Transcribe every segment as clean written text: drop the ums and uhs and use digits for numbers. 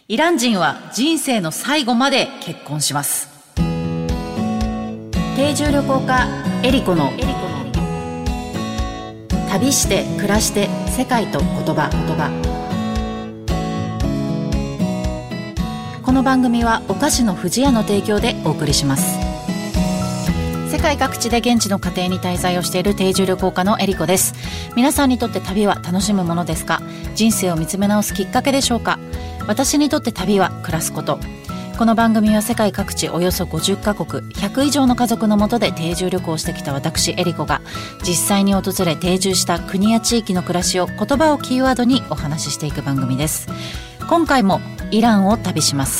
イラン人は人生の最後まで結婚します。定住旅行家エリコの旅して暮らして世界と言葉。この番組はお菓子の不二家の提供でお送りします。世界各地で現地の家庭に滞在をしている定住旅行家のエリコです。皆さんにとって旅は楽しむものですか？人生を見つめ直すきっかけでしょうか？私にとって旅は暮らすこと。この番組は世界各地およそ50カ国100以上の家族の下で定住旅行をしてきた私エリコが実際に訪れ定住した国や地域の暮らしを言葉をキーワードにお話ししていく番組です。今回もイランを旅します。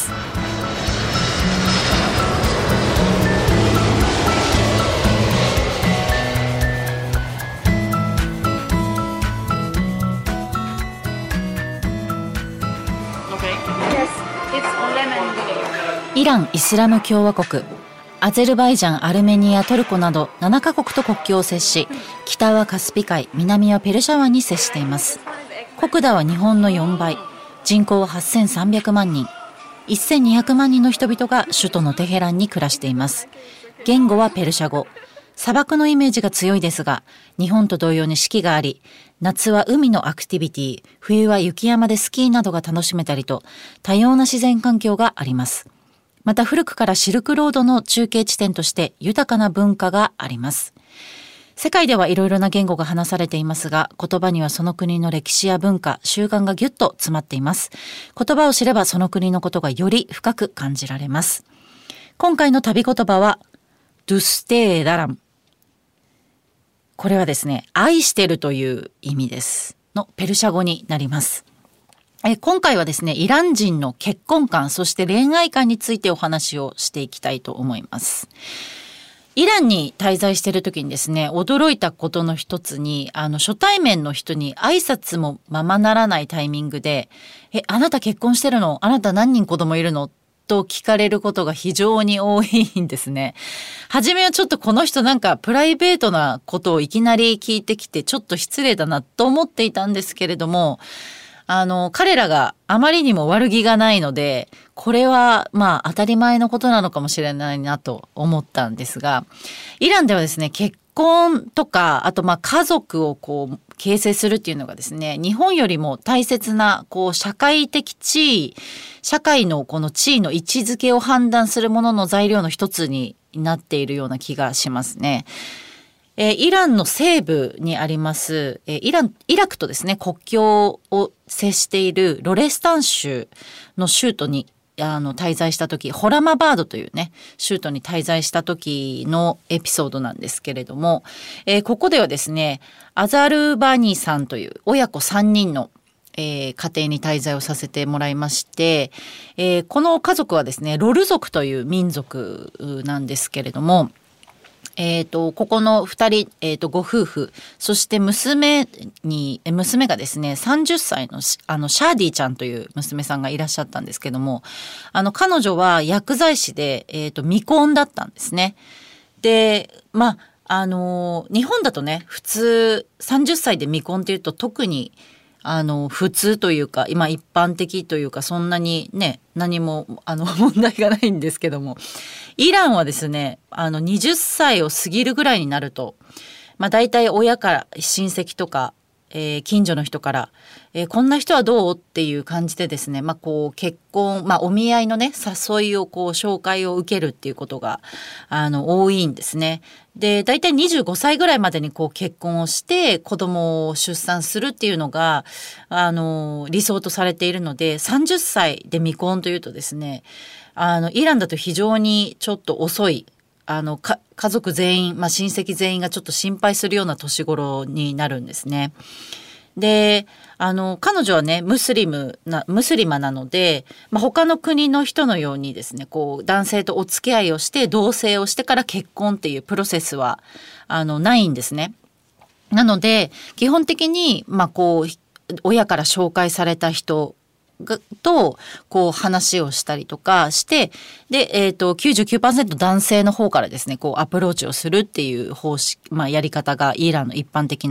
イラン・イスラム共和国、アゼルバイジャン、アルメニア、トルコなど7カ国と国境を接し、北はカスピ海、南はペルシャ湾に接しています。国土は日本の4倍、人口は8300万人、1200万人の人々が首都のテヘランに暮らしています。言語はペルシャ語。砂漠のイメージが強いですが、日本と同様に四季があり、夏は海のアクティビティ、冬は雪山でスキーなどが楽しめたりと、多様な自然環境があります。また古くからシルクロードの中継地点として豊かな文化があります。世界ではいろいろな言語が話されていますが、言葉にはその国の歴史や文化、習慣がぎゅっと詰まっています。言葉を知ればその国のことがより深く感じられます。今回の旅言葉は、ドゥステーダラン。これはですね、愛してるという意味ですのペルシャ語になります。今回はですね、イラン人の結婚観、そして恋愛観についてお話をしていきたいと思います。イランに滞在している時にですね、驚いたことの一つに、初対面の人に挨拶もままならないタイミングで、あなた結婚してるの？あなた何人子供いるの？と聞かれることが非常に多いんですね。はじめはちょっとこの人なんかプライベートなことをいきなり聞いてきてちょっと失礼だなと思っていたんですけれども、彼らがあまりにも悪気がないので、これはまあ当たり前のことなのかもしれないなと思ったんですが、イランではですね、結婚とか、あとまあ家族をこう形成するっていうのがですね、日本よりも大切なこう社会的地位、社会のこの地位の位置づけを判断するものの材料の一つになっているような気がしますね。イランの西部にあります、イラクとですね、国境を接しているロレスタン州の州都に滞在した時、ホラマバードというね、州都に滞在した時のエピソードなんですけれども、ここではですね、アザルバニさんという親子3人の家庭に滞在をさせてもらいまして、この家族はですね、ロル族という民族なんですけれども、ここの2人、ご夫婦、そして娘がですね、30歳のシャーディちゃんという娘さんがいらっしゃったんですけども、彼女は薬剤師で、未婚だったんですね。で、まあ、日本だとね、普通30歳で未婚っていうと特に普通というか、今一般的というか、そんなにね、何も問題がないんですけども、イランはですね、20歳を過ぎるぐらいになると、まあ大体親から親戚とか、近所の人から、こんな人はどうっていう感じでですね、まあこう結婚、まあお見合いのね、誘いをこう紹介を受けるっていうことが、多いんですね。で、大体25歳ぐらいまでにこう結婚をして子供を出産するっていうのが、理想とされているので、30歳で未婚というとですね、イランだと非常にちょっと遅い、家族全員、まあ親戚全員がちょっと心配するような年頃になるんですね。で、彼女はね、ムスリマなので、まあ、他の国の人のようにですね、こう、男性とお付き合いをして、同棲をしてから結婚っていうプロセスは、ないんですね。なので、基本的に、まあ、こう、親から紹介された人とこう話をしたりとかして、で、99% 男性の方からですね、こうアプローチをするっていう方式、まあ、やり方がイランの一般的な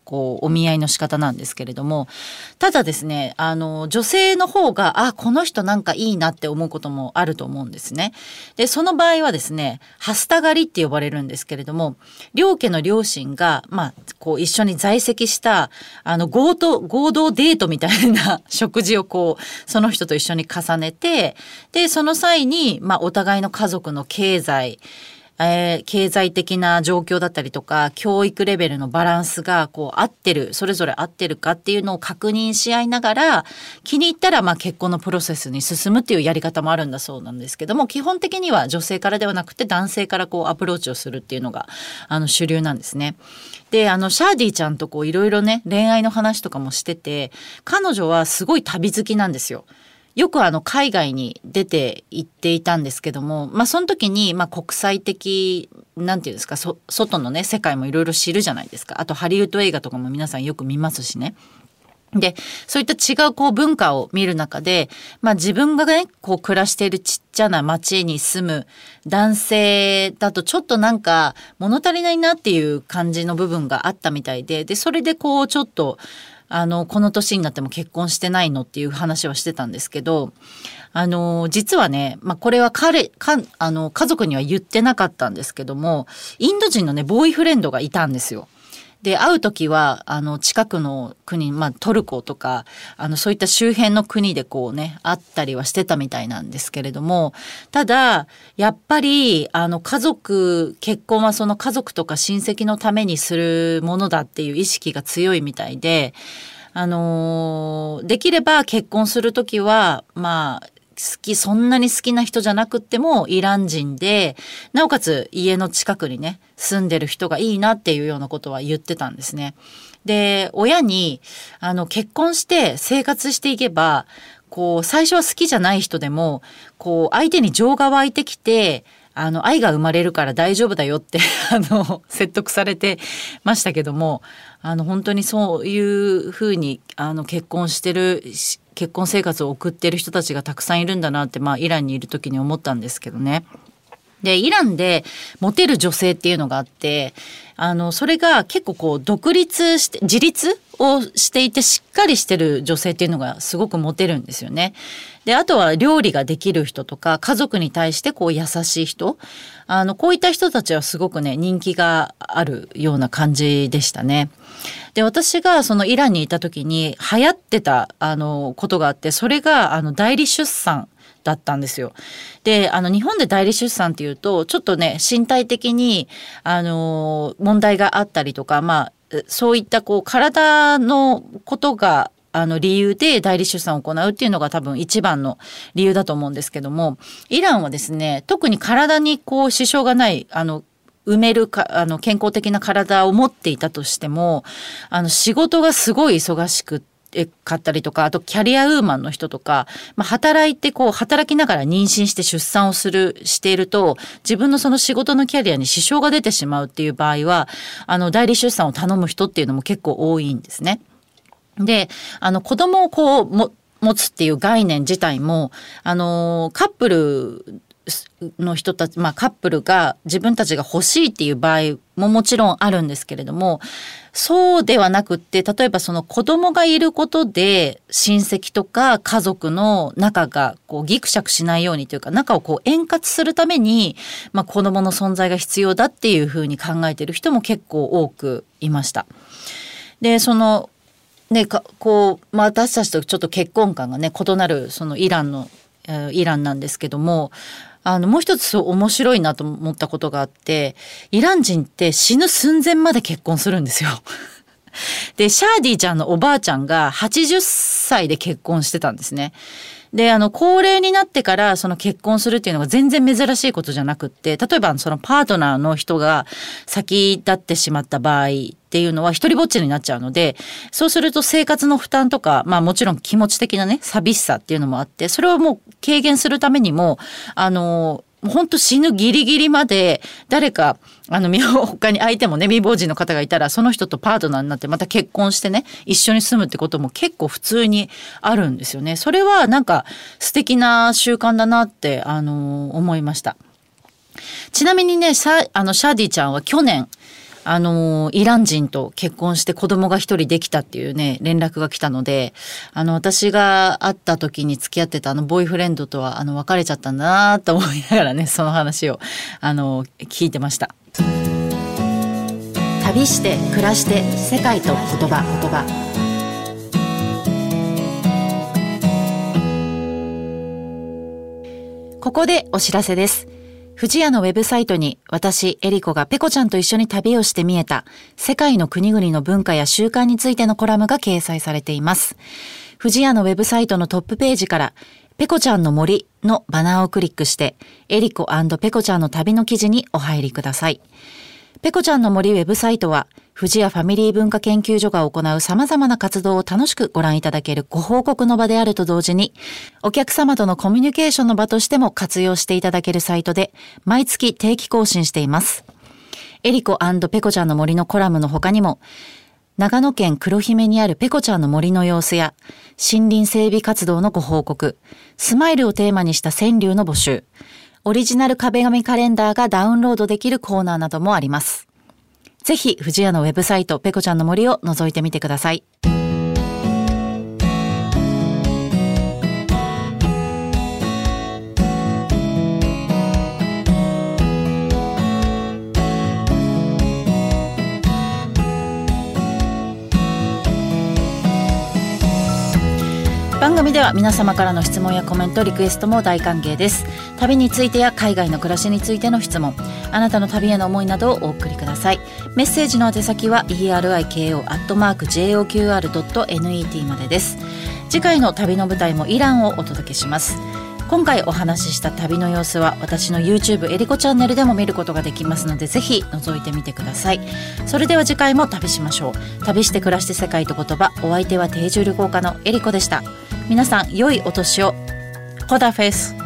こうお見合いの仕方なんですけれども、ただですね、女性の方がこの人なんかいいなって思うこともあると思うんですね。でその場合はですね、はすたがりって呼ばれるんですけれども、両家の両親がこう一緒に在籍した合同デートみたいな食事をこうその人と一緒に重ねて、でその際にお互いの家族の経済的な状況だったりとか教育レベルのバランスがこう合ってる、それぞれ合ってるかっていうのを確認し合いながら、気に入ったら結婚のプロセスに進むっていうやり方もあるんだそうなんですけども、基本的には女性からではなくて男性からこうアプローチをするっていうのが主流なんですね。でシャーディちゃんとこういろいろね恋愛の話とかもしてて、彼女はすごい旅好きなんですよ。よく海外に出て行っていたんですけども、その時に国際的なんていうんですか、外のね世界もいろいろ知るじゃないですか。あとハリウッド映画とかも皆さんよく見ますしね。でそういった違うこう文化を見る中で、自分がねこう暮らしているちっちゃな町に住む男性だとちょっとなんか物足りないなっていう感じの部分があったみたいで、それでこうちょっとこの年になっても結婚してないのっていう話はしてたんですけど、実はね、これは家族には言ってなかったんですけども、インド人のねボーイフレンドがいたんですよ。で会う時は近くの国、トルコとかそういった周辺の国でこうね会ったりはしてたみたいなんですけれども、ただやっぱり結婚はその家族とか親戚のためにするものだっていう意識が強いみたいで、できれば結婚する時はそんなに好きな人じゃなくってもイラン人で、なおかつ家の近くにね住んでる人がいいなっていうようなことは言ってたんですね。で親に結婚して生活していけばこう最初は好きじゃない人でもこう相手に情が湧いてきて愛が生まれるから大丈夫だよって説得されてましたけども、本当にそういうふうに結婚生活を送ってる人たちがたくさんいるんだなって、イランにいる時に思ったんですけどね。でイランでモテる女性っていうのがあって、それが結構こう独立して自立をしていてしっかりしてる女性っていうのがすごくモテるんですよね。であとは料理ができる人とか家族に対してこう優しい人、こういった人たちはすごくね人気があるような感じでしたね。で私がそのイランにいた時に流行ってたことがあって、それが代理出産だったんですよ。で日本で代理出産っていうとちょっとね身体的に問題があったりとか、そういったこう体のことが理由で代理出産を行うっていうのが多分一番の理由だと思うんですけども、イランはですね特に体にこう支障がない埋める健康的な体を持っていたとしても仕事がすごい忙しくかったりとか、あとキャリアウーマンの人とか、働きながら妊娠して出産をしていると自分のその仕事のキャリアに支障が出てしまうっていう場合は代理出産を頼む人っていうのも結構多いんですね。で子供をこう持つっていう概念自体もカップルの人たち、カップルが自分たちが欲しいっていう場合ももちろんあるんですけれども、そうではなくって、例えばその子供がいることで親戚とか家族の仲がこうギクシャクしないようにというか、仲をこう円滑するために、子供の存在が必要だっていうふうに考えている人も結構多くいました。で私たちとちょっと結婚観がね異なるそのイランなんですけども、もう一つ面白いなと思ったことがあって、イラン人って死ぬ寸前まで結婚するんですよ。でシャーディちゃんのおばあちゃんが80歳で結婚してたんですね。で高齢になってからその結婚するっていうのが全然珍しいことじゃなくって、例えばそのパートナーの人が先立ってしまった場合っていうのは一人ぼっちになっちゃうので、そうすると生活の負担とか、もちろん気持ち的なね寂しさっていうのもあって、それをもう軽減するためにも本当死ぬギリギリまで誰か他に相手もね未亡人の方がいたらその人とパートナーになってまた結婚してね一緒に住むってことも結構普通にあるんですよね。それはなんか素敵な習慣だなって思いました。ちなみにねシャーディちゃんは去年イラン人と結婚して子供が一人できたっていうね連絡が来たので、私が会った時に付き合ってたボーイフレンドとは別れちゃったんだなと思いながらね、その話を聞いてました。旅して暮らして世界と言葉。ここでお知らせです。不二家のウェブサイトに私、エリコがペコちゃんと一緒に旅をして見えた世界の国々の文化や習慣についてのコラムが掲載されています。不二家のウェブサイトのトップページからペコちゃんの森のバナーをクリックしてエリコ&ペコちゃんの旅の記事にお入りください。ペコちゃんの森ウェブサイトは不二家ファミリー文化研究所が行う様々な活動を楽しくご覧いただけるご報告の場であると同時に、お客様とのコミュニケーションの場としても活用していただけるサイトで毎月定期更新しています。エリコ&ペコちゃんの森のコラムの他にも、長野県黒姫にあるペコちゃんの森の様子や森林整備活動のご報告、スマイルをテーマにした川柳の募集、オリジナル壁紙カレンダーがダウンロードできるコーナーなどもあります。ぜひ、不二家のウェブサイト、ペコちゃんの森を覗いてみてください。番組では皆様からの質問やコメント、リクエストも大歓迎です。旅についてや海外の暮らしについての質問、あなたの旅への思いなどをお送りください。メッセージの宛先は eriko@joqr.net までです。次回の旅の舞台もイランをお届けします。今回お話しした旅の様子は私の YouTube エリコチャンネルでも見ることができますので、ぜひ覗いてみてください。それでは次回も旅しましょう。旅して暮らして世界と言葉、お相手は定住旅行家のエリコでした。皆さん良いお年を。ホダフェス。